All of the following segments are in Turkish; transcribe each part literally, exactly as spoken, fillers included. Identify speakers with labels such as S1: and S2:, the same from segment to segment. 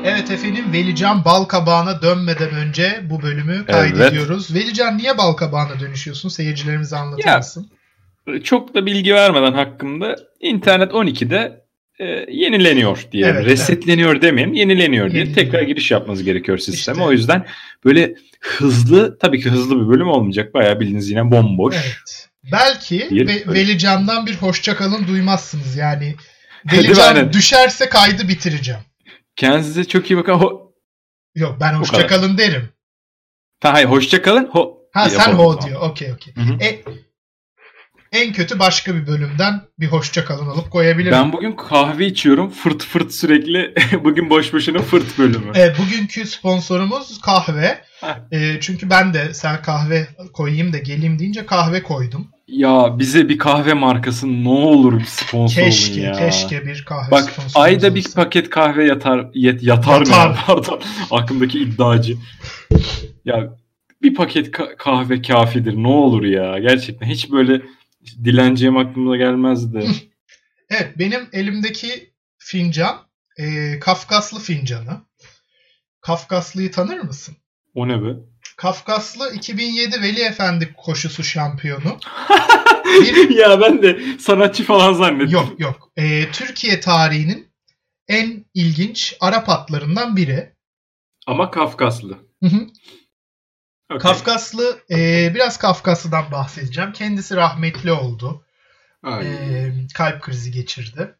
S1: Evet efendim, Velican Balkabağı'na dönmeden önce bu bölümü kaydediyoruz. Evet. Velican, niye Balkabağı'na dönüşüyorsun? Seyircilerimize anlatır ya, mısın?
S2: Çok da bilgi vermeden hakkımda, internet on ikide e, yenileniyor diye. Evet, resetleniyor evet. demeyin, yenileniyor diye yenileniyor. Tekrar giriş yapmanız gerekiyor sisteme. İşte. O yüzden böyle hızlı, tabii ki hızlı bir bölüm olmayacak. Bayağı bildiğiniz yine bomboş. Evet.
S1: Belki Ve, Velican'dan bir hoşçakalın duymazsınız yani. Velican düşerse kaydı bitireceğim.
S2: Kendinize çok iyi bakın. Ho-
S1: Yok, ben hoşçakalın derim.
S2: Ha, hayır, hoşçakalın. Ho-
S1: ha sen ho diyor. Okey okey. E, en kötü başka bir bölümden bir hoşçakalın alıp koyabilirim.
S2: Ben bugün kahve içiyorum. Fırt fırt sürekli. Bugün boş boşuna fırt bölümü.
S1: E, bugünkü sponsorumuz kahve. E, çünkü ben de sen kahve koyayım da geleyim deyince kahve koydum.
S2: Ya bize bir kahve markası ne olur bir sponsor
S1: keşke,
S2: olun ya.
S1: Keşke bir kahve
S2: Bak,
S1: sponsoru
S2: ayda
S1: olsa.
S2: Bir paket kahve yatar yet, yatar, yatar. mı? Pardon. Aklımdaki iddiacı. Ya bir paket ka- kahve kafidir ne olur ya. Gerçekten hiç böyle dileneceğim aklıma gelmezdi.
S1: Evet, benim elimdeki fincan e, Kafkaslı fincanı. Kafkaslı'yı tanır mısın?
S2: O ne be?
S1: Kafkaslı iki bin yedi Veli Efendi koşusu şampiyonu.
S2: bir... Ya ben de sanatçı falan zannettim.
S1: Yok yok. Ee, Türkiye tarihinin en ilginç Arap atlarından biri.
S2: Ama Kafkaslı.
S1: Hı hı. Okay. Kafkaslı, e, biraz Kafkaslı'dan bahsedeceğim. Kendisi rahmetli oldu. E, kalp krizi geçirdi.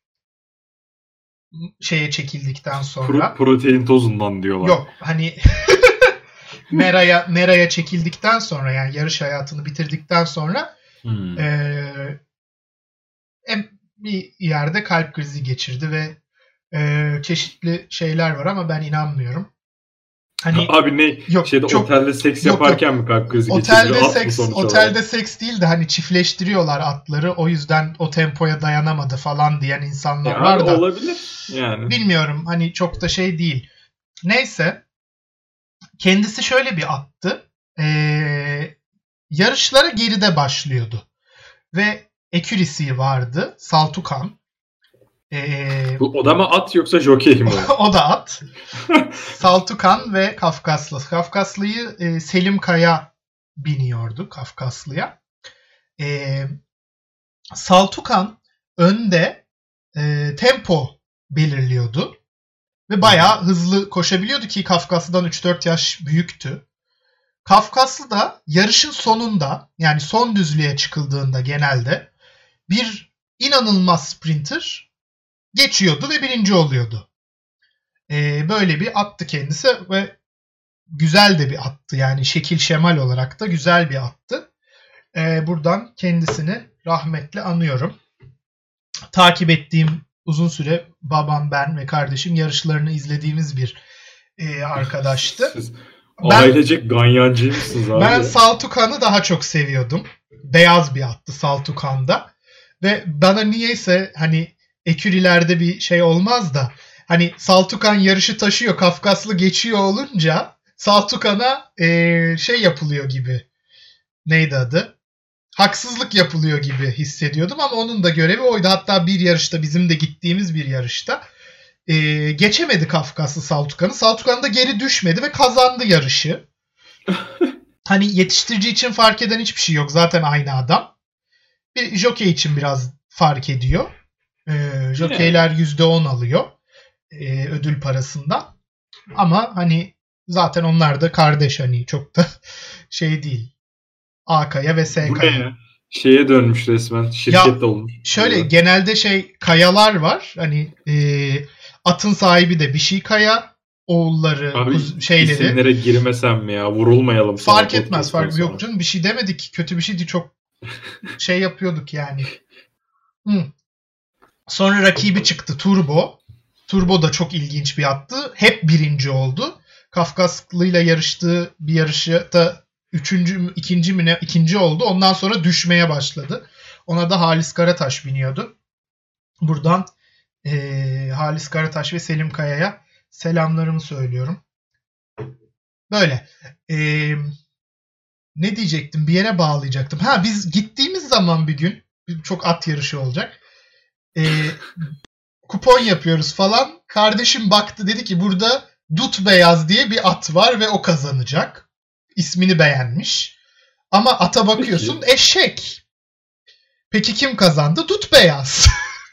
S1: Şeye çekildikten sonra.
S2: Pro- protein tozundan diyorlar.
S1: Yok hani... Mera'ya Mera'ya çekildikten sonra, yani yarış hayatını bitirdikten sonra hmm. e, bir yerde kalp krizi geçirdi ve e, çeşitli şeyler var ama ben inanmıyorum.
S2: Hani abi ne yok, şeyde çok, otelde seks yok, yaparken yok. mi kalp krizi
S1: otelde
S2: geçirdi?
S1: Seks, otelde olarak. Seks değil de hani çiftleştiriyorlar atları, o yüzden o tempoya dayanamadı falan diyen insanlar
S2: ya
S1: var da.
S2: Olabilir yani.
S1: Bilmiyorum, hani çok da şey değil. Neyse. Kendisi şöyle bir attı. Ee, yarışlara geride başlıyordu. Ve ekürisi vardı. Saltukan.
S2: Ee, o da mı at yoksa jokey mi?
S1: O da at. Saltukan ve Kafkaslı. Kafkaslı'yı e, Selim Kaya biniyordu Kafkaslı'ya. E, Saltukan önde e, tempo belirliyordu. Ve bayağı hızlı koşabiliyordu ki Kafkaslı'dan üç dört yaş büyüktü. Kafkaslı da yarışın sonunda, yani son düzlüğe çıkıldığında genelde bir inanılmaz sprinter geçiyordu ve birinci oluyordu. Ee, böyle bir attı kendisi ve güzel de bir attı. Yani şekil şemal olarak da güzel bir attı. Ee, buradan kendisini rahmetle anıyorum. Takip ettiğim, uzun süre babam, ben ve kardeşim yarışlarını izlediğimiz bir e, arkadaştı.
S2: Siz ben, ailecek ganyancıymışsınız abi.
S1: Ben Saltukan'ı daha çok seviyordum. Beyaz bir attı Saltukan'da. Ve bana niyeyse hani ekürilerde bir şey olmaz da hani Saltukan yarışı taşıyor, Kafkaslı geçiyor olunca Saltukan'a e, şey yapılıyor gibi. Neydi adı? Haksızlık yapılıyor gibi hissediyordum ama onun da görevi oydu. Hatta bir yarışta, bizim de gittiğimiz bir yarışta e, geçemedi Kafkaslı Saltukan'ı. Saltukan da geri düşmedi ve kazandı yarışı. Hani yetiştirici için fark eden hiçbir şey yok. Zaten aynı adam. Bir jokey için biraz fark ediyor. E, jokeyler yüzde on alıyor e, ödül parasından. Ama hani zaten onlar da kardeş, hani çok da şey değil. A Kaya ve S Kaya.
S2: Bu ne ya? Şeye dönmüş resmen. Şirket olmuş.
S1: Şöyle burada. Genelde şey kayalar var. Hani e, atın sahibi de bir şey Kaya. Oğulları,
S2: abi,
S1: kuz, şeyleri.
S2: İsimlere girmesem mi ya? Vurulmayalım.
S1: Fark etmez. Fark yok canım. Bir şey demedik. Kötü bir şeydi. Çok şey yapıyorduk yani. Hı. Sonra rakibi çıktı Turbo. Turbo da çok ilginç bir attı. Hep birinci oldu. Kafkaslı'yla yarıştığı bir yarışta Üçüncü, ikinci mi ne? İkinci oldu. Ondan sonra düşmeye başladı. Ona da Halis Karataş biniyordu. Buradan e, Halis Karataş ve Selim Kaya'ya selamlarımı söylüyorum. Böyle. E, ne diyecektim? Bir yere bağlayacaktım. Ha, biz gittiğimiz zaman bir gün, çok at yarışı olacak. E, kupon yapıyoruz falan. kardeşim baktı, dedi ki burada Dut Beyaz diye bir at var ve o kazanacak. İsmini beğenmiş. Ama ata bakıyorsun, peki, eşek. Peki kim kazandı? Dut Beyaz.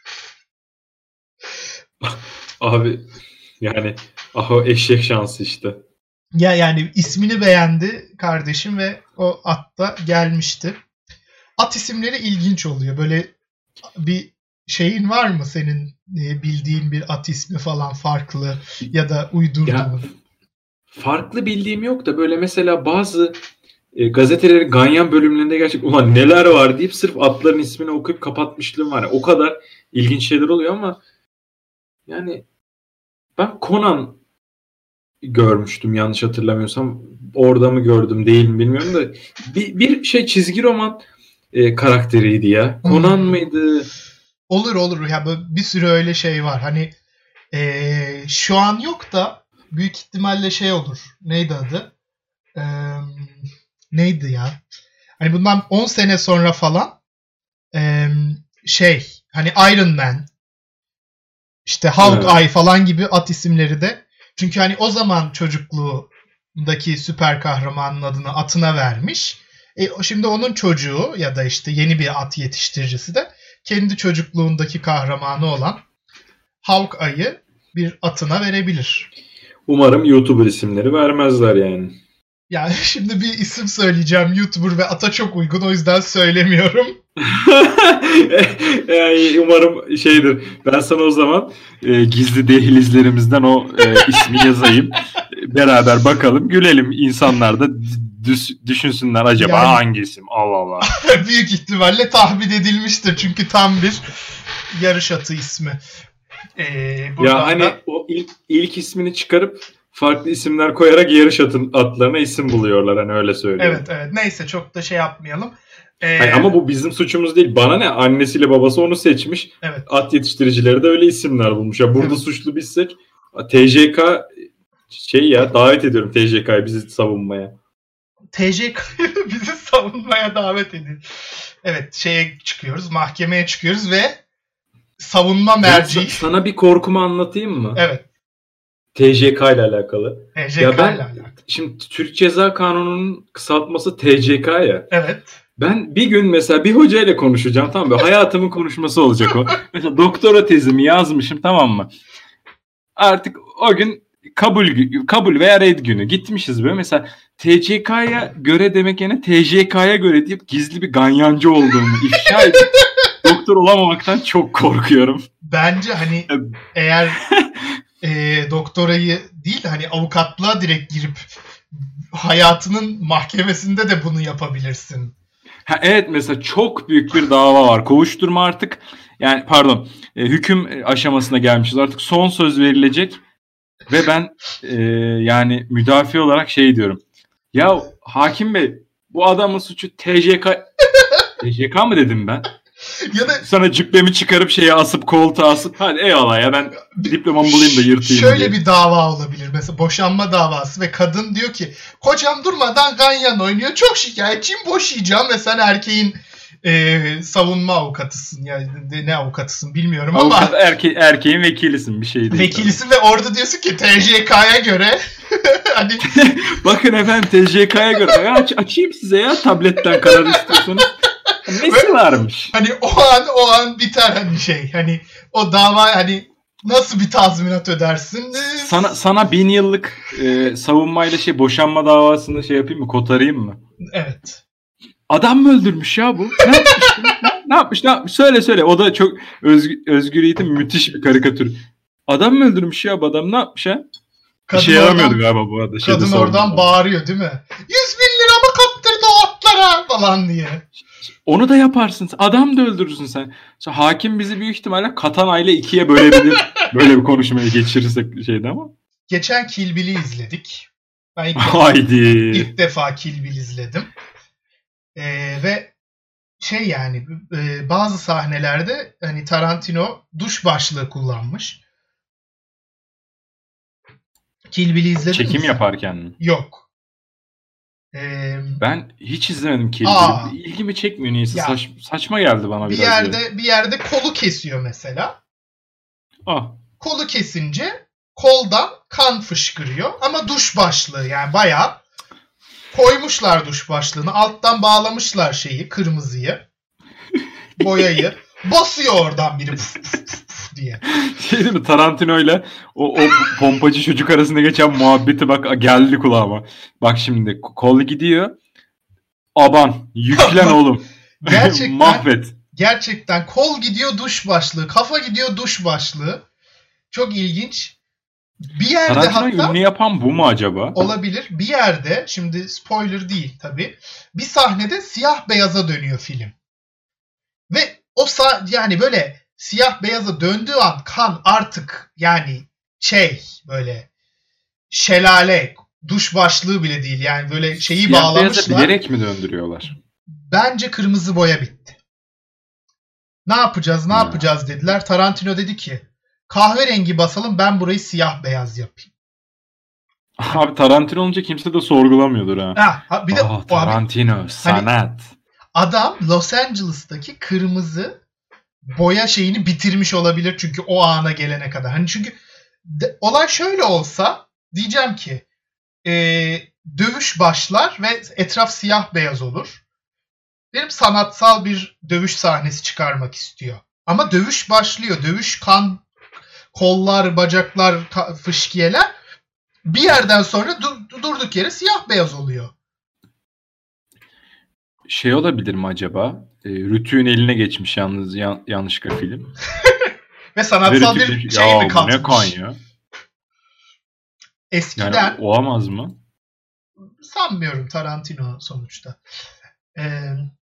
S2: Abi yani ah o eşek şansı işte.
S1: Ya yani ismini beğendi kardeşim ve o at da gelmişti. At isimleri ilginç oluyor. Böyle bir şeyin var mı senin bildiğin bir at ismi falan farklı ya da uydurduğun? Ya,
S2: farklı bildiğim yok da böyle mesela bazı e, gazetelerin ganyan bölümlerinde gerçekten ulan neler var deyip sırf atların ismini okuyup kapatmışlığım var. Yani o kadar ilginç şeyler oluyor ama yani ben Conan görmüştüm yanlış hatırlamıyorsam. Orada mı gördüm değil mi bilmiyorum da bir, bir şey çizgi roman e, karakteriydi ya. Conan hmm. mıydı?
S1: Olur olur. Ya bir sürü öyle şey var. Hani e, şu an yok da büyük ihtimalle şey olur. Neydi adı? E, neydi ya? Hani bundan on sene sonra falan e, şey hani Iron Man, işte Hawkeye evet. falan gibi at isimleri de. Çünkü hani o zaman çocukluğundaki süper kahramanın adını atına vermiş. E, şimdi onun çocuğu ya da işte yeni bir at yetiştiricisi de kendi çocukluğundaki kahramanı olan Hawkeye'yi bir atına verebilir.
S2: Umarım YouTuber isimleri vermezler yani.
S1: Yani şimdi bir isim söyleyeceğim. YouTuber ve ata çok uygun, o yüzden söylemiyorum.
S2: Yani umarım şeydir. Ben sana o zaman e, gizli dehlizlerimizden o e, ismi yazayım. Beraber bakalım, gülelim. İnsanlar da düş, düşünsünler acaba yani, hangi isim? Allah Allah.
S1: Büyük ihtimalle tahmin edilmiştir. Çünkü tam bir yarış atı ismi.
S2: Ee, ya hani da... o ilk, ilk ismini çıkarıp farklı isimler koyarak yarış atın, atlarına isim buluyorlar. Hani öyle söylüyorum.
S1: Evet evet. Neyse çok da şey yapmayalım.
S2: Ee... Hayır, ama bu bizim suçumuz değil. Bana ne? Annesiyle babası onu seçmiş.
S1: Evet.
S2: At yetiştiricileri de öyle isimler bulmuş. Ya burada evet. suçlu bizsek T J K şey ya davet ediyorum T J K'yı bizi savunmaya.
S1: T J K'yı bizi savunmaya davet edin. Evet, şeye çıkıyoruz, mahkemeye çıkıyoruz ve savunma merci.
S2: Sana bir korkumu anlatayım mı?
S1: Evet.
S2: T J K ile alakalı.
S1: T J K ile alakalı.
S2: Şimdi Türk Ceza Kanunu'nun kısaltması T C K ya.
S1: Evet.
S2: Ben bir gün mesela bir hocayla konuşacağım, tamam mı? Hayatımın konuşması olacak o. Mesela doktora tezimi yazmışım, tamam mı? Artık o gün kabul kabul veya red günü gitmişiz böyle. Mesela T C K'ya göre demek yerine T J K'ya göre deyip gizli bir ganyancı olduğumu ifşa edip doktor olamamaktan çok korkuyorum.
S1: Bence hani eğer e, doktorayı değil de hani avukatlığa direkt girip hayatının mahkemesinde de bunu yapabilirsin.
S2: Ha, evet, mesela çok büyük bir dava var. Kovuşturma artık yani pardon e, hüküm aşamasına gelmişiz. Artık son söz verilecek ve ben e, yani müdafi olarak şey diyorum. Ya hakim bey, bu adamın suçu T J K T J K mı dedim ben?
S1: Ya da
S2: sana cübbemi çıkarıp şeye asıp koltuğa asıp hadi eyvallah ya ben diplomamı bulayım da yırtayım
S1: şöyle
S2: diye.
S1: Bir dava olabilir mesela, boşanma davası ve kadın diyor ki kocam durmadan ganyan oynuyor, çok şikayetçiyim, boşayacağım ve sen erkeğin e, savunma avukatısın ya yani ne avukatısın bilmiyorum ama
S2: avukat, erke, erkeğin vekilisin bir şey değil.
S1: Vekilisin tabii. Ve orada diyorsun ki T J K'ya göre hani
S2: bakın efendim T J K'ya göre ya aç, açayım size ya tabletten karar istiyorsanız. Nesi varmış?
S1: Hani o an o an biter hani şey. Hani o dava hani nasıl bir tazminat ödersin?
S2: Sana sana bin yıllık e, savunmayla şey boşanma davasında şey yapayım mı? Kotarayım mı?
S1: Evet.
S2: Adam mı öldürmüş ya bu? Ne yapmış? ne, ne yapmış? Ne yapmış? Söyle söyle. O da çok özgür, Özgür Yiğit'in müthiş bir karikatür. Adam mı öldürmüş ya bu adam? Ne yapmış ha?
S1: Kadın
S2: bir şey yaramıyordu galiba bu arada.
S1: Kadın oradan bağırıyor değil mi? Yüz bin lira mı kaptırdı o atlara falan diye.
S2: Onu da yaparsın. Adam da öldürürsün sen. Sonra hakim bizi büyük ihtimalle katanayla ikiye bölebilir. Böyle bir konuşmayı geçirirsek şeyde ama.
S1: Geçen Kill Bill'i izledik. Ben ilk,
S2: Haydi.
S1: ilk defa Kill Bill izledim. Ee, ve şey yani e, bazı sahnelerde hani Tarantino duş başlığı kullanmış. Kill Bill'i izledin
S2: Çekim
S1: mi?
S2: yaparken mi?
S1: Yok. Ee,
S2: ben hiç izlemedim Kill Bill'i. İlgimi çekmiyor niyeyse. Ya, Saç, saçma geldi bana
S1: bir
S2: biraz.
S1: Yerde,
S2: böyle.
S1: Bir yerde kolu kesiyor mesela.
S2: Ah.
S1: Kolu kesince koldan kan fışkırıyor. Ama duş başlığı yani bayağı koymuşlar duş başlığını. Alttan bağlamışlar şeyi, kırmızıyı. Boyayı. Basıyor oradan biri puf puf puf puf diye.
S2: Şey değil mi? Tarantino'yla o, o pompacı çocuk arasında geçen muhabbeti bak geldi kulağıma. Bak şimdi kol gidiyor. Aban yüklen oğlum.
S1: Gerçekten.
S2: Mahvet.
S1: Gerçekten kol gidiyor duş başlığı. Kafa gidiyor duş başlığı. Çok ilginç. Bir yerde
S2: Tarantino'yu
S1: hatta
S2: ünlü yapan bu mu acaba?
S1: olabilir. Bir yerde şimdi spoiler değil tabii. Bir sahnede siyah beyaza dönüyor film. Ve o sa- yani böyle siyah beyaza döndüğü an kan artık yani şey böyle şelale duş başlığı bile değil. Yani böyle şeyi
S2: Siyah
S1: bağlamışlar.
S2: beyaza bilerek mi döndürüyorlar?
S1: Bence kırmızı boya bitti. Ne yapacağız ne
S2: Hmm.
S1: yapacağız dediler. Tarantino dedi ki kahverengi basalım ben burayı siyah beyaz yapayım.
S2: Abi Tarantino olunca kimse de sorgulamıyordur ha.
S1: Ha, ha bir de
S2: Oh,
S1: o abi,
S2: Tarantino sanat.
S1: adam Los Angeles'taki kırmızı boya şeyini bitirmiş olabilir çünkü o ana gelene kadar. Hani çünkü de, olay şöyle olsa diyeceğim ki e, dövüş başlar ve etraf siyah beyaz olur. Benim sanatsal bir dövüş sahnesi çıkarmak istiyor. Ama dövüş başlıyor. Dövüş kan, kollar, bacaklar, ka- fışkiyeler bir yerden sonra dur, durduk yere siyah beyaz oluyor.
S2: Şey olabilir mi acaba? E, Rütü'nün eline geçmiş yalnız yan, yanlışlıkla film.
S1: Ve sanatsal
S2: Ve
S1: bir
S2: Rütü-
S1: şey
S2: ya
S1: mi
S2: bu
S1: katmış?
S2: ne kan ya?
S1: Eskiden
S2: Yani olamaz mı?
S1: sanmıyorum Tarantino sonuçta. Ee,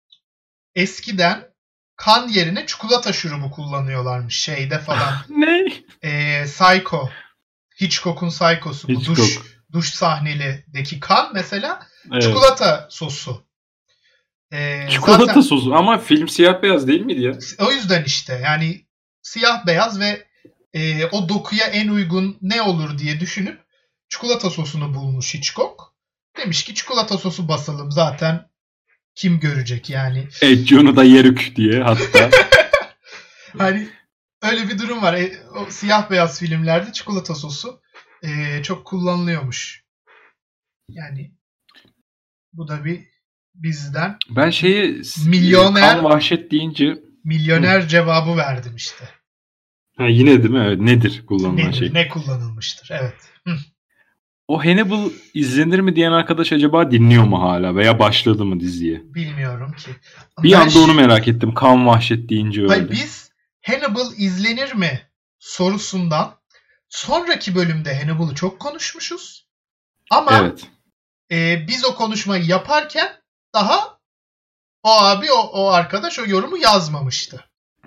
S1: eskiden kan yerine çikolata şurubu kullanıyorlarmış şeyde falan.
S2: Ne?
S1: Ee, Psycho. Hitchcock'un Psycho'su. Bu
S2: Hitchcock.
S1: duş, duş sahnelerdeki kan mesela
S2: Evet.
S1: çikolata sosu. Ee,
S2: Çikolata
S1: zaten,
S2: sosu ama film siyah beyaz değil miydi ya?
S1: o yüzden işte yani siyah beyaz ve e, o dokuya en uygun ne olur diye düşünüp çikolata sosunu bulmuş Hitchcock. Demiş ki çikolata sosu basalım zaten kim görecek yani.
S2: Eccion'u da yerük diye hatta.
S1: Hani öyle bir durum var. E, o siyah beyaz filmlerde çikolata sosu e, çok kullanılıyormuş. Yani bu da bir bizden
S2: Ben şeyi
S1: Milyoner-
S2: kan vahşet deyince
S1: milyoner Hı. cevabı verdim işte.
S2: ha, yine değil mi? Evet, nedir kullanılan
S1: Nedir,
S2: şey?
S1: ne kullanılmıştır? Evet. Hı.
S2: O Hannibal izlenir mi diyen arkadaş acaba dinliyor mu hala veya başladı mı diziye?
S1: Bilmiyorum ki.
S2: Bir
S1: Ben
S2: anda onu merak ettim. Kan vahşet deyince öyle.
S1: Hayır, biz Hannibal izlenir mi sorusundan sonraki bölümde Hannibal'ı çok konuşmuşuz. Ama
S2: Evet.
S1: e, biz o konuşmayı yaparken daha o abi o, o arkadaş o yorumu yazmamıştı.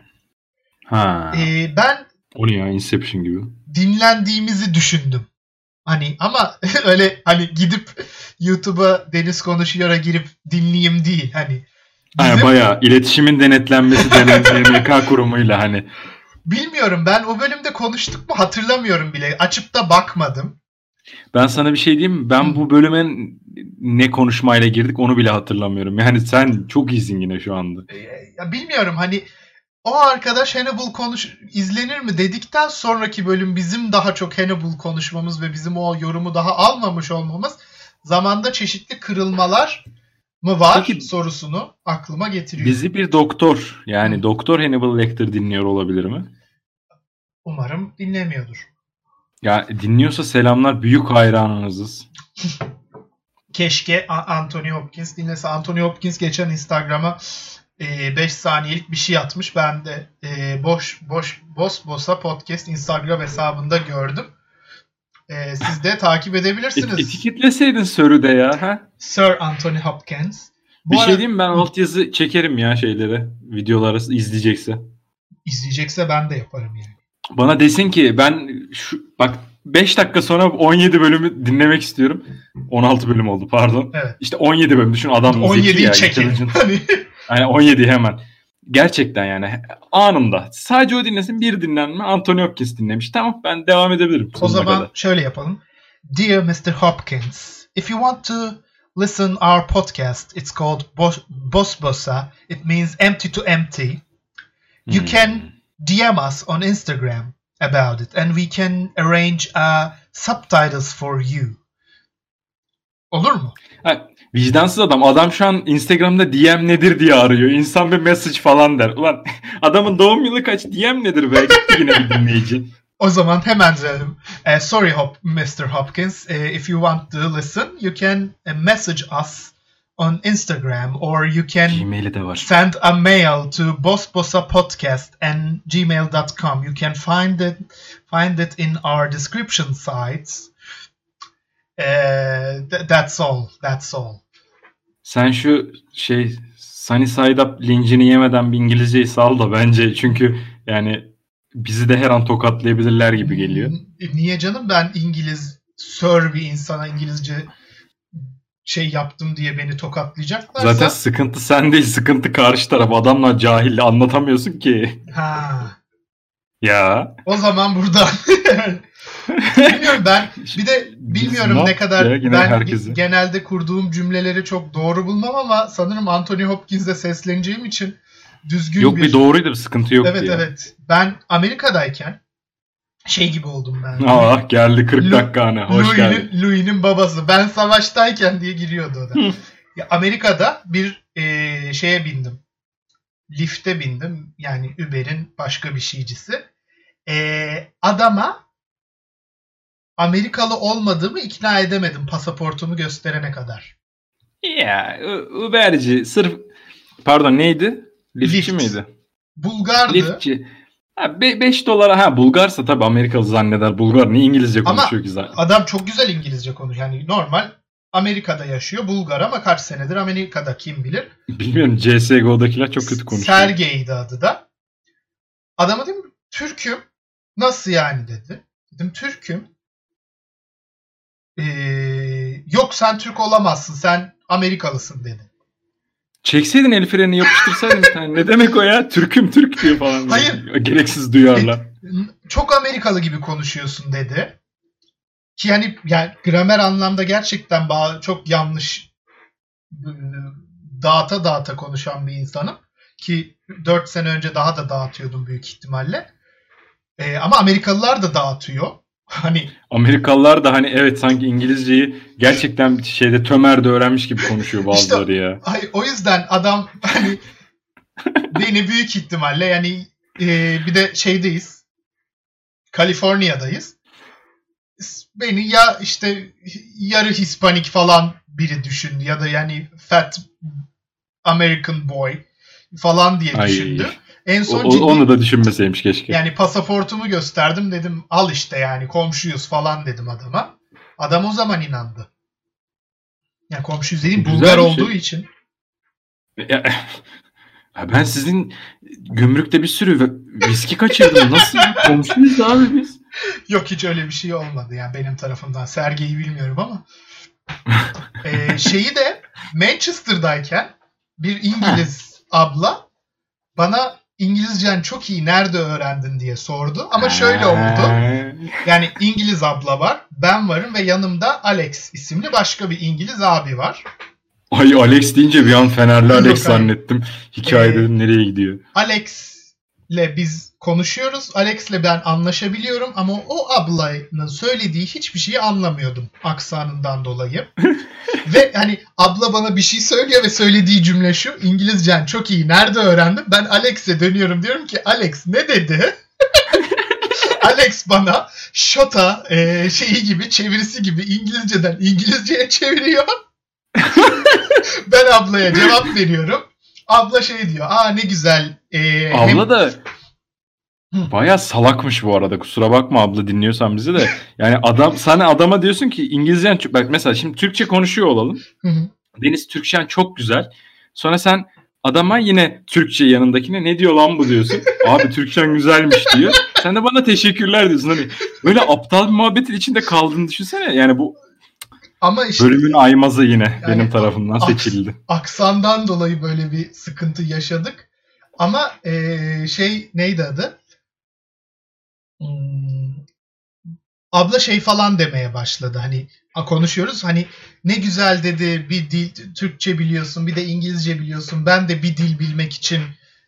S2: Ha.
S1: E, ben
S2: O ne ya? Inception gibi.
S1: dinlendiğimizi düşündüm. Hani ama öyle hani gidip YouTube'a Deniz Konuşuyor'a girip dinleyeyim değil. Hani
S2: Bizim... Ha, bayağı iletişimin denetlenmesi denen D M K kurumuyla hani.
S1: Bilmiyorum, ben o bölümde konuştuk mu hatırlamıyorum bile. Açıp da bakmadım.
S2: Ben sana bir şey diyeyim mi? Ben bu bölüme ne konuşmayla girdik onu bile hatırlamıyorum. Yani sen çok iyisin yine şu anda.
S1: Ya bilmiyorum hani o arkadaş Hannibal konuş izlenir mi dedikten sonraki bölüm bizim daha çok Hannibal konuşmamız ve bizim o yorumu daha almamış olmamız zamanda çeşitli kırılmalar mı var Peki, sorusunu aklıma getiriyor.
S2: Bizi bir doktor yani Hı. Doktor Hannibal Lecter dinliyor olabilir mi?
S1: Umarım dinlemiyordur.
S2: Ya dinliyorsa selamlar, büyük hayranınızız.
S1: Keşke Anthony Hopkins dinlese. Anthony Hopkins geçen Instagram'a beş saniyelik bir şey atmış. Ben de e, boş boş boş bosa podcast Instagram hesabında gördüm. E, siz de takip edebilirsiniz.
S2: Etiketleseydin Sir'ü de ya. Ha?
S1: Sir Anthony Hopkins.
S2: Bu bir ara... şey diyeyim mi? Ben altyazı çekerim ya şeylere. Videoları izleyecekse.
S1: İzleyecekse ben de yaparım yani.
S2: Bana desin ki ben şu bak beş dakika sonra on yedi bölümü dinlemek istiyorum. on altı bölüm oldu pardon.
S1: Evet.
S2: İşte on yedi bölüm düşün adam
S1: on yediyi çekelim.
S2: Yani on yedi hemen. Gerçekten yani anında. Sadece o dinlesin, bir dinlenme. Anthony Hopkins dinlemiş. Tamam, ben devam edebilirim.
S1: O zaman
S2: kadar.
S1: Şöyle yapalım. Dear mister Hopkins, if you want to listen our podcast, it's called Bos Boss Bossa. It means empty to empty. You hmm. can D M us on Instagram about it and we can arrange uh, subtitles for you. Olur mu?
S2: Ha, vicdansız adam. Adam şu an Instagram'da D M nedir diye arıyor. İnsan bir message falan der. Ulan adamın doğum yılı kaç? D M nedir be? Gitti yine bir dinleyici.
S1: O zaman hemen diyelim. Uh, sorry Hop, mister Hopkins. Uh, if you want to listen, you can uh, message us on Instagram or you can
S2: Gmail'i de var.
S1: Send a mail to bossbossapodcast at gmail dot com. You can find it find it in our description sites. Uh, th- that's all. That's all.
S2: Sen şu şey Sunny Side Up lincini yemeden bir İngilizceyi sal da bence, çünkü yani bizi de her an tokatlayabilirler gibi geliyor.
S1: Niye canım, ben İngiliz sör bir insana İngilizce şey yaptım diye beni tokatlayacaklarsa.
S2: Zaten sıkıntı sen değil, sıkıntı karşı taraf. Adamla cahil, anlatamıyorsun ki.
S1: Ha.
S2: Ya.
S1: O zaman buradan bilmiyorum ben bir de bilmiyorum
S2: Biz
S1: ne kadar
S2: ya,
S1: ben
S2: herkesi.
S1: genelde kurduğum cümleleri çok doğru bulmam ama sanırım Anthony Hopkins'e sesleneceğim için düzgün
S2: yok
S1: bir...
S2: bir doğruydu, bir sıkıntı yok
S1: evet
S2: diye.
S1: evet ben Amerika'dayken şey gibi oldum ben.
S2: Ah geldi kırk dakika ana. Hoş
S1: Louis'nin,
S2: geldin.
S1: Louis'nin babası. Ben savaştayken diye giriyordu o da. Ya Amerika'da bir e, şeye bindim. Lyft'e bindim. Yani Uber'in başka bir şeycisi. E, adama Amerikalı olmadığımı ikna edemedim pasaportumu gösterene kadar.
S2: Ya Uber'ci sırf pardon neydi? Liftçi
S1: Lift.
S2: miydi?
S1: Bulgardı.
S2: Liftçi. beş dolara ha Bulgarsa tabii Amerikalı zanneder. Bulgar ne İngilizce konuşuyor
S1: ama
S2: ki zaten.
S1: Adam çok güzel İngilizce konuşuyor. Yani normal Amerika'da yaşıyor. Bulgar ama kaç senedir Amerika'da kim bilir.
S2: Bilmiyorum, C S G O'dakiler çok kötü konuşuyor.
S1: Sergey'di adı da. Adama dedim Türk'üm. Nasıl yani dedi. Dedim Türk'üm. Ee, yok sen Türk olamazsın. Sen Amerikalısın dedi.
S2: Çekseydin el freni, yapıştırsaydın bir tane. Ne demek o ya? Türk'üm Türk diyor falan.
S1: Hayır.
S2: Gereksiz duyarlar.
S1: E, çok Amerikalı gibi konuşuyorsun dedi. Ki yani, yani gramer anlamda gerçekten çok yanlış dağıta dağıta konuşan bir insanım. Ki dört sene önce daha da dağıtıyordum büyük ihtimalle. Ee, ama Amerikalılar da dağıtıyor. Hani
S2: Amerikalılar da hani evet sanki İngilizceyi gerçekten şeyde Tömer'de öğrenmiş gibi konuşuyor bazıları işte, ya.
S1: Ay, o yüzden adam hani beni büyük ihtimalle yani e, bir de şeydeyiz. Kaliforniya'dayız. Beni ya işte yarı Hispanik falan biri düşündü ya da yani fat American boy falan diye
S2: Ay.
S1: düşündü. En son
S2: o,
S1: ciddi,
S2: onu da düşünmeseymiş keşke.
S1: Yani pasaportumu gösterdim dedim al işte yani komşuyuz falan dedim adama. Adam o zaman inandı. Yani komşuyuz dediğim Bulgar olduğu şey. için.
S2: Ya, ben sizin gümrükte bir sürü viski kaçırdım. Nasıl komşuyuz abi biz?
S1: Yok hiç öyle bir şey olmadı yani benim tarafımdan. Sergey'i bilmiyorum ama. ee, şeyi de Manchester'dayken bir İngiliz abla bana İngilizcen çok iyi nerede öğrendin diye sordu. Ama şöyle oldu. Yani İngiliz abla var, ben varım ve yanımda Alex isimli başka bir İngiliz abi var.
S2: Ay Alex deyince bir an Fenerli Alex zannettim. Hikaye dedim ee, nereye gidiyor?
S1: Alex'le biz konuşuyoruz. Alex'le ben anlaşabiliyorum ama o ablanın söylediği hiçbir şeyi anlamıyordum aksanından dolayı. Ve hani abla bana bir şey söylüyor ve söylediği cümle şu: İngilizcen çok iyi nerede öğrendin? Ben Alex'e dönüyorum, diyorum ki Alex ne dedi? Alex bana şota e, şeyi gibi, çevirisi gibi İngilizceden İngilizceye çeviriyor. Ben ablaya cevap veriyorum. Abla şey diyor. Aa ne güzel. Ee,
S2: abla
S1: hem...
S2: da bayağı salakmış bu arada. Kusura bakma abla dinliyorsan bizi de. Yani adam sana adama diyorsun ki İngilizcen çok... Bak mesela şimdi Türkçe konuşuyor olalım. Deniz Türkçen çok güzel. Sonra sen adama yine Türkçe yanındakine ne diyor lan bu diyorsun. Abi Türkçen güzelmiş diyor. Sen de bana teşekkürler diyorsun. Hani böyle aptal bir muhabbetin içinde kaldığını düşünsene. Yani bu
S1: ama işte,
S2: bölümün aymazı yine yani benim tarafımdan
S1: aks,
S2: seçildi.
S1: Aksandan dolayı böyle bir sıkıntı yaşadık. Ama ee, şey neydi adı? Hmm, abla şey falan demeye başladı. Hani konuşuyoruz. Hani ne güzel dedi, bir dil Türkçe biliyorsun, bir de İngilizce biliyorsun. Ben de bir dil bilmek için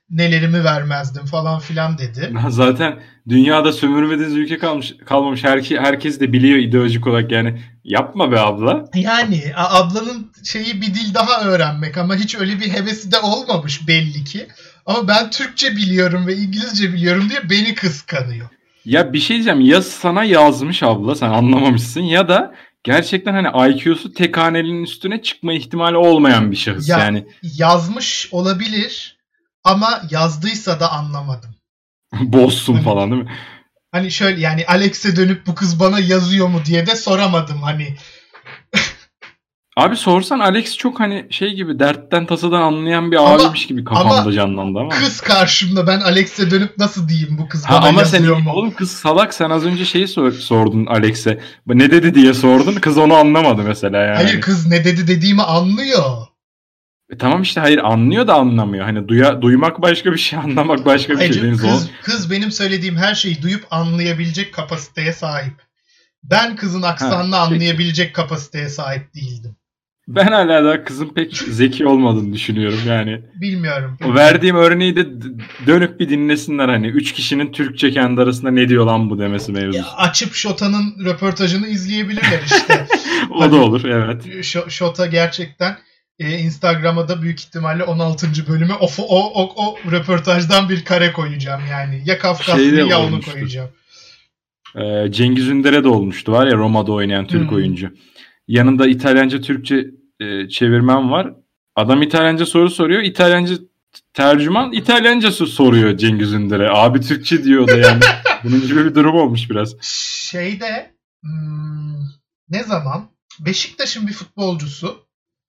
S1: nelerimi vermezdim falan filan dedi.
S2: Zaten dünyada sömürmediğiniz ülke kalmış kalmamış. Herke, herkes de biliyor ideolojik olarak yani. Yapma be abla.
S1: Yani ablanın şeyi bir dil daha öğrenmek ama hiç öyle bir hevesi de olmamış belli ki. Ama ben Türkçe biliyorum ve İngilizce biliyorum diye beni kıskanıyor.
S2: Ya bir şey diyeceğim. Ya sana yazmış abla sen anlamamışsın ya da gerçekten hani I Q'su tek hanenin üstüne çıkma ihtimali olmayan bir şahıs
S1: ya,
S2: yani.
S1: Yazmış olabilir ama yazdıysa da anlamadım.
S2: Bozsun hani, falan değil mi?
S1: Hani şöyle yani Alex'e dönüp bu kız bana yazıyor mu diye de soramadım hani.
S2: Abi sorsan Alex çok hani şey gibi dertten tasadan anlayan bir ama, abiymiş gibi kafamda ama canlandı ama.
S1: Kız karşımda ben Alex'e dönüp nasıl diyeyim bu kız ha, bana ama yazıyor
S2: sen,
S1: mu?
S2: Oğlum kız salak sen az önce şeyi sor, sordun Alex'e. Ne dedi diye sordun kız onu anlamadı mesela yani.
S1: Hayır kız ne dedi dediğimi anlıyor.
S2: E tamam işte hayır anlıyor da anlamıyor. Hani duya, duymak başka bir şey anlamak başka bir hayır, şey.
S1: Kız, kız benim söylediğim her şeyi duyup anlayabilecek kapasiteye sahip. Ben kızın aksanını ha, anlayabilecek peki. kapasiteye sahip değildim.
S2: Ben hala da kızın pek zeki olmadığını düşünüyorum yani.
S1: Bilmiyorum.
S2: O verdiğim örneği de dönüp bir dinlesinler hani. Üç kişinin Türkçe kendi arasında ne diyor lan bu demesi mevzusu. Ya
S1: açıp Şota'nın röportajını izleyebilirler işte.
S2: O hani, da olur evet.
S1: Şota gerçekten e, Instagram'a da büyük ihtimalle on altıncı bölüme o, o, o, o röportajdan bir kare koyacağım yani. Ya Kafkaslı ya onu koyacağım.
S2: Ee, Cengiz Ünder'e de olmuştu var ya Roma'da oynayan Türk hmm. oyuncu. Yanında İtalyanca Türkçe e, çevirmen var. Adam İtalyanca soru soruyor. İtalyanca tercüman İtalyanca soruyor Cengiz Ünder'e. Abi Türkçe diyor da yani. Bunun gibi bir durum olmuş biraz.
S1: Şeyde hmm, ne zaman Beşiktaş'ın bir futbolcusu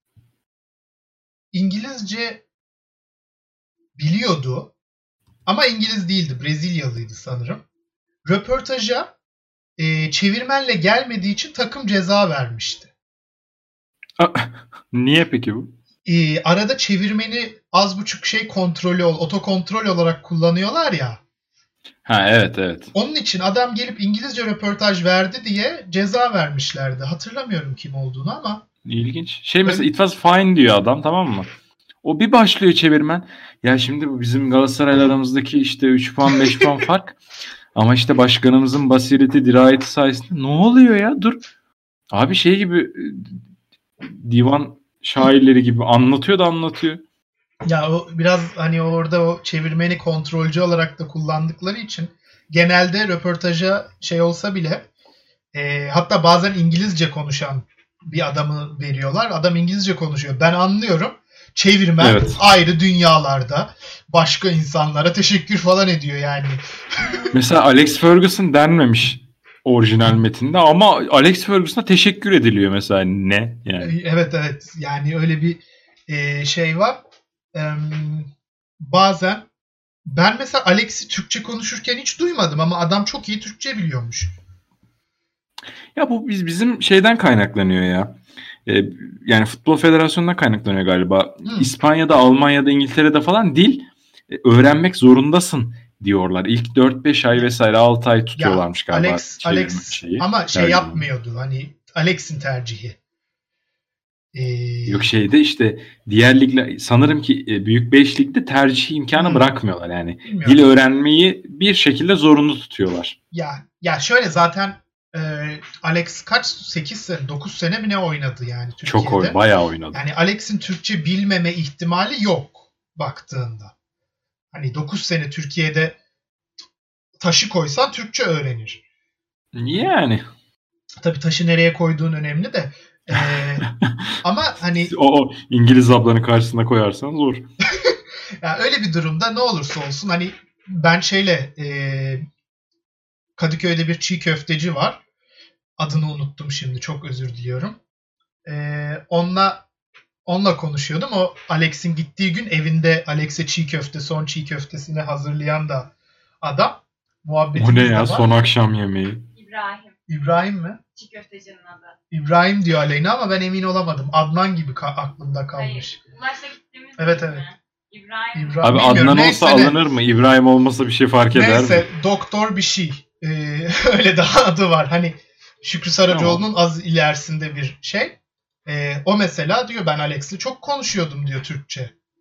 S1: İngilizce biliyordu ama İngiliz değildi. Brezilyalıydı sanırım. Röportaja e, çevirmenle gelmediği için takım ceza vermişti.
S2: Niye peki bu?
S1: Ee, arada çevirmeni az buçuk şey kontrolü, otokontrol olarak kullanıyorlar ya.
S2: Ha evet evet.
S1: Onun için adam gelip İngilizce röportaj verdi diye ceza vermişlerdi. Hatırlamıyorum kim olduğunu ama.
S2: İlginç. Şey mesela öyle... it was fine diyor adam tamam mı? O bir başlıyor çevirmen. Ya şimdi bu bizim Galatasaray'la aramızdaki işte üç puan beş puan fark. Ama işte başkanımızın basireti, dirayeti sayesinde ne oluyor ya? Dur. Abi şey gibi divan şairleri gibi anlatıyor da anlatıyor.
S1: Ya o biraz hani orada o çevirmeni kontrolcü olarak da kullandıkları için genelde röportaja şey olsa bile e, hatta bazen İngilizce konuşan bir adamı veriyorlar. Adam İngilizce konuşuyor. Ben anlıyorum. Çevirmen evet. ayrı dünyalarda başka insanlara teşekkür falan ediyor yani.
S2: Mesela Alex Ferguson denmemiş orijinal metinde ama Alex Ferguson'a teşekkür ediliyor mesela ne yani.
S1: Evet evet yani öyle bir e, şey var. E, bazen ben mesela Alex'i Türkçe konuşurken hiç duymadım ama adam çok iyi Türkçe biliyormuş.
S2: Ya bu biz bizim şeyden kaynaklanıyor ya. Ee, yani Futbol Federasyonu'ndan kaynaklanıyor galiba. Hmm. İspanya'da, Almanya'da, İngiltere'de falan dil e, öğrenmek zorundasın diyorlar. İlk dört beş ay vesaire altı ay tutuyorlarmış ya, galiba.
S1: Alex, Alex şeyi, ama şey yapmıyordu. Hani Alex'in tercihi.
S2: Ee... Yok şeyde işte diğer ligler sanırım ki Büyük Beş Lig'de tercih imkanı hmm. bırakmıyorlar yani. Bilmiyorum. Dil öğrenmeyi bir şekilde zorunlu tutuyorlar.
S1: Ya ya şöyle zaten e, Alex kaç sekiz sene dokuz sene mi ne oynadı yani Türkiye'de.
S2: Çok oy, bayağı oynadı.
S1: Yani Alex'in Türkçe bilmeme ihtimali yok baktığında. Hani dokuz sene Türkiye'de taşı koysan Türkçe öğrenir.
S2: Yani.
S1: Tabii taşı nereye koyduğun önemli de. Ee, ama hani
S2: o, o İngiliz ablanın karşısına koyarsan zor.
S1: yani öyle bir durumda ne olursa olsun hani ben şeyle e, Kadıköy'de bir çiğ köfteci var. Adını unuttum şimdi. Çok özür diliyorum. E, onunla onunla konuşuyordum. O Alex'in gittiği gün evinde Alex'e çiğ köfte, son çiğ köftesini hazırlayan da adam.
S2: O ne ya? Son akşam yemeği.
S3: İbrahim.
S1: İbrahim mi?
S3: Çiğ köftecinin adı.
S1: İbrahim diyor Aleyna ama ben emin olamadım. Adnan gibi ka- aklımda kalmış.
S3: Hayır. Ulaş'la gittiğimiz
S1: evet evet.
S3: Mi? İbrahim.
S2: İbrahim. Abi Adnan olsa alınır mı? İbrahim olmasa bir şey fark eder
S1: Neyse,
S2: mi?
S1: Neyse doktor bir şey. Ee, öyle daha adı var. Hani Şükrü Saracoğlu'nun tamam. az ilerisinde bir şey. Ee, o mesela diyor ben Alex'le çok konuşuyordum diyor Türkçe.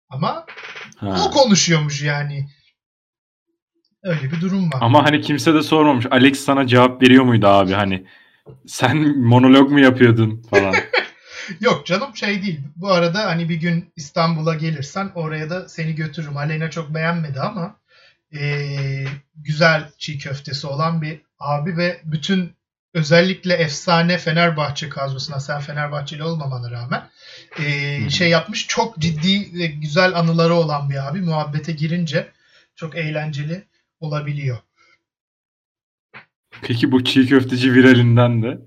S1: Ama
S2: Ha.
S1: o konuşuyormuş yani. Öyle bir durum var.
S2: Ama hani kimse de sormamış. Alex sana cevap veriyor muydu abi hani? Sen monolog mu yapıyordun falan.
S1: Yok canım şey değil. Bu arada hani bir gün İstanbul'a gelirsen oraya da seni götürürüm. Aleyna çok beğenmedi ama ee, güzel çiğ köftesi olan bir abi ve bütün özellikle efsane Fenerbahçe kadrosuna, sen Fenerbahçeli olmamana rağmen ee, şey yapmış, çok ciddi ve güzel anıları olan bir abi. Muhabbete girince çok eğlenceli olabiliyor.
S2: Peki bu çiğ köfteci viralinden de.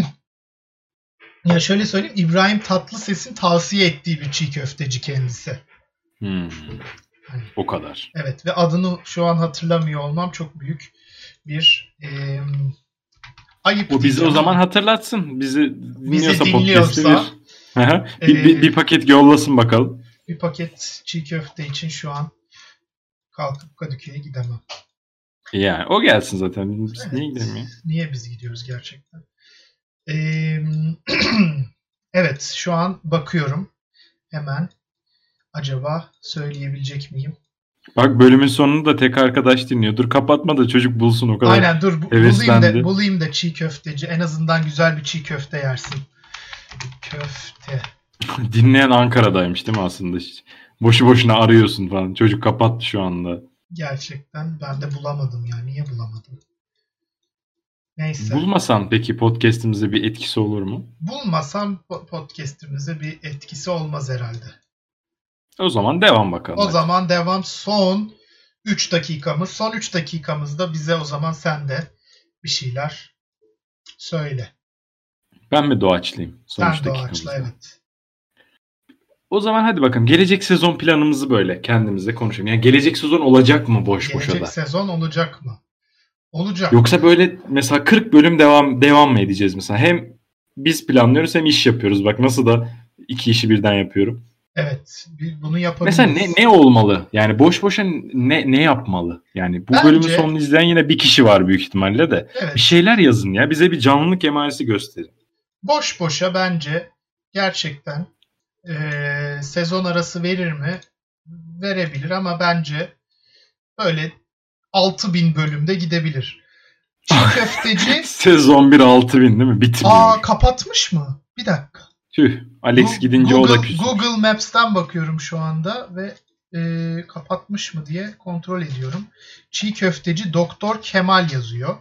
S1: Ya şöyle söyleyeyim, İbrahim Tatlıses'in tavsiye ettiği bir çiğ köfteci kendisi.
S2: Hmm. O kadar.
S1: Evet ve adını şu an hatırlamıyor olmam çok büyük bir e, ayıp.
S2: O bizi o zaman hatırlatsın. Bizi dinliyorsa,
S1: bizi dinliyorsa
S2: bir, bir, bir, bir paket yollasın bakalım.
S1: Bir paket çiğ köfte için şu an kalkıp Kadıköy'e gidemem.
S2: Yani o gelsin zaten. Biz
S1: Evet.
S2: niye gidelim ya?
S1: Niye biz gidiyoruz gerçekten? Ee, evet şu an bakıyorum. Hemen acaba söyleyebilecek miyim?
S2: Bak bölümün sonunu da tek arkadaş dinliyor. Dur kapatma da çocuk bulsun o kadar.
S1: Aynen dur bu, bulayım
S2: heveslendi.
S1: da, bulayım da çiğ köfteci. En azından güzel bir çiğ köfte yersin. Köfte.
S2: Dinleyen Ankara'daymış değil mi aslında? Boşu boşuna arıyorsun falan. Çocuk kapattı şu anda.
S1: Gerçekten ben de bulamadım ya. Niye bulamadım? Neyse.
S2: Bulmasan peki podcast'imize bir etkisi olur mu?
S1: Bulmasam podcast'imize bir etkisi olmaz herhalde.
S2: O zaman devam bakalım.
S1: O
S2: hadi.
S1: zaman devam. Son üç dakikamız. Son üç dakikamızda bize o zaman sen de bir şeyler söyle.
S2: Ben mi doğaçlayayım? Son
S1: Sen
S2: üç dakikamızda.
S1: doğaçla evet.
S2: O zaman hadi bakalım. Gelecek sezon planımızı böyle kendimizle konuşalım. Yani gelecek sezon olacak mı boş boşa da?
S1: Gelecek sezon olacak mı? Olacak.
S2: Yoksa böyle mesela kırk bölüm devam devam mı edeceğiz mesela? Hem biz planlıyoruz hem iş yapıyoruz. Bak nasıl da iki işi birden yapıyorum.
S1: Evet. Bunu yapabiliriz.
S2: Mesela ne ne olmalı? Yani boş boşa ne ne yapmalı? Yani bu
S1: Bence,
S2: bölümün sonunu izleyen yine bir kişi var büyük ihtimalle de.
S1: Evet.
S2: Bir şeyler yazın ya. Bize bir canlılık emaresi gösterin.
S1: Boş boşa bence gerçekten e, sezon arası verir mi? Verebilir ama bence böyle altı bin bölümde gidebilir. Çiğ köfteci
S2: Sezon bir altı bin değil mi? Bitmiyor.
S1: Aa kapatmış mı? Bir dakika.
S2: Tüh. Alex
S1: Google,
S2: gidince o da küsmüş.
S1: Google Maps'ten bakıyorum şu anda ve e, kapatmış mı diye kontrol ediyorum. Çiğ köfteci Doktor Kemal yazıyor.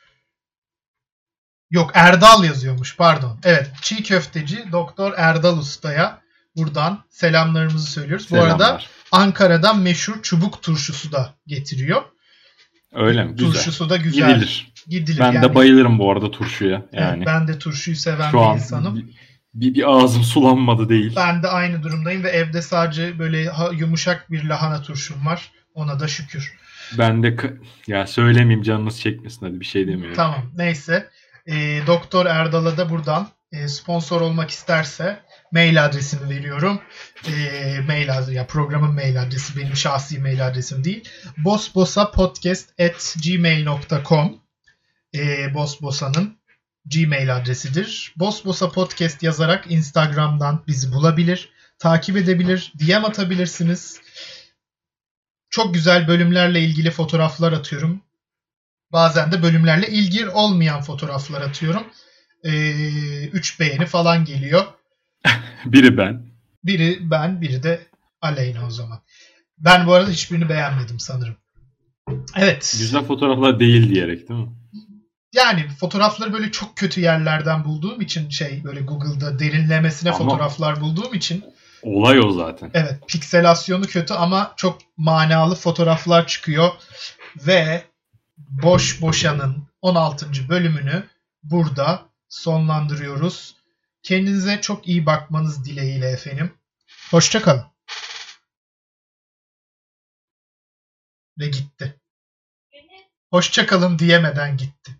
S1: Yok Erdal yazıyormuş pardon. Evet çiğ köfteci Doktor Erdal Usta'ya buradan selamlarımızı söylüyoruz.
S2: Selamlar.
S1: Bu arada Ankara'dan meşhur çubuk turşusu da getiriyor.
S2: Öyle mi? Güzel.
S1: Turşusu da güzel.
S2: Gidilir.
S1: Gidilir.
S2: Ben
S1: yani.
S2: de bayılırım bu arada turşuya. Yani.
S1: Evet, ben de turşuyu seven
S2: Şu
S1: bir
S2: an
S1: insanım.
S2: bir, bir, bir ağzım sulanmadı değil.
S1: Ben de aynı durumdayım ve evde sadece böyle yumuşak bir lahana turşum var. Ona da şükür.
S2: Ben de ya söylemeyeyim canınız çekmesin hadi bir şey demiyorum.
S1: Tamam neyse. E, Doktor Erdal'a da buradan e, sponsor olmak isterse mail adresimi veriyorum. E, mail adresi, ya programın mail adresi benim şahsi mail adresim değil. bosbosapodcast at gmail nokta com e, Bosbosa'nın Gmail adresidir. Bosbosa Podcast yazarak Instagram'dan bizi bulabilir, takip edebilir, D M atabilirsiniz. Çok güzel bölümlerle ilgili fotoğraflar atıyorum. Bazen de bölümlerle ilgili olmayan fotoğraflar atıyorum. üç ee, beğeni falan geliyor.
S2: Biri ben.
S1: Biri ben, biri de Aleyna o zaman. Ben bu arada hiçbirini beğenmedim sanırım. Evet.
S2: Güzel fotoğraflar değil diyerek değil mi?
S1: Yani fotoğrafları böyle çok kötü yerlerden bulduğum için şey böyle Google'da derinlemesine ama fotoğraflar bulduğum için.
S2: Olay o zaten.
S1: Evet pikselasyonu kötü ama çok manalı fotoğraflar çıkıyor. Ve Boş Boşan'ın on altıncı bölümünü burada sonlandırıyoruz. Kendinize çok iyi bakmanız dileğiyle efendim. Hoşça kalın. Ve gitti. Hoşça kalın diyemeden gitti.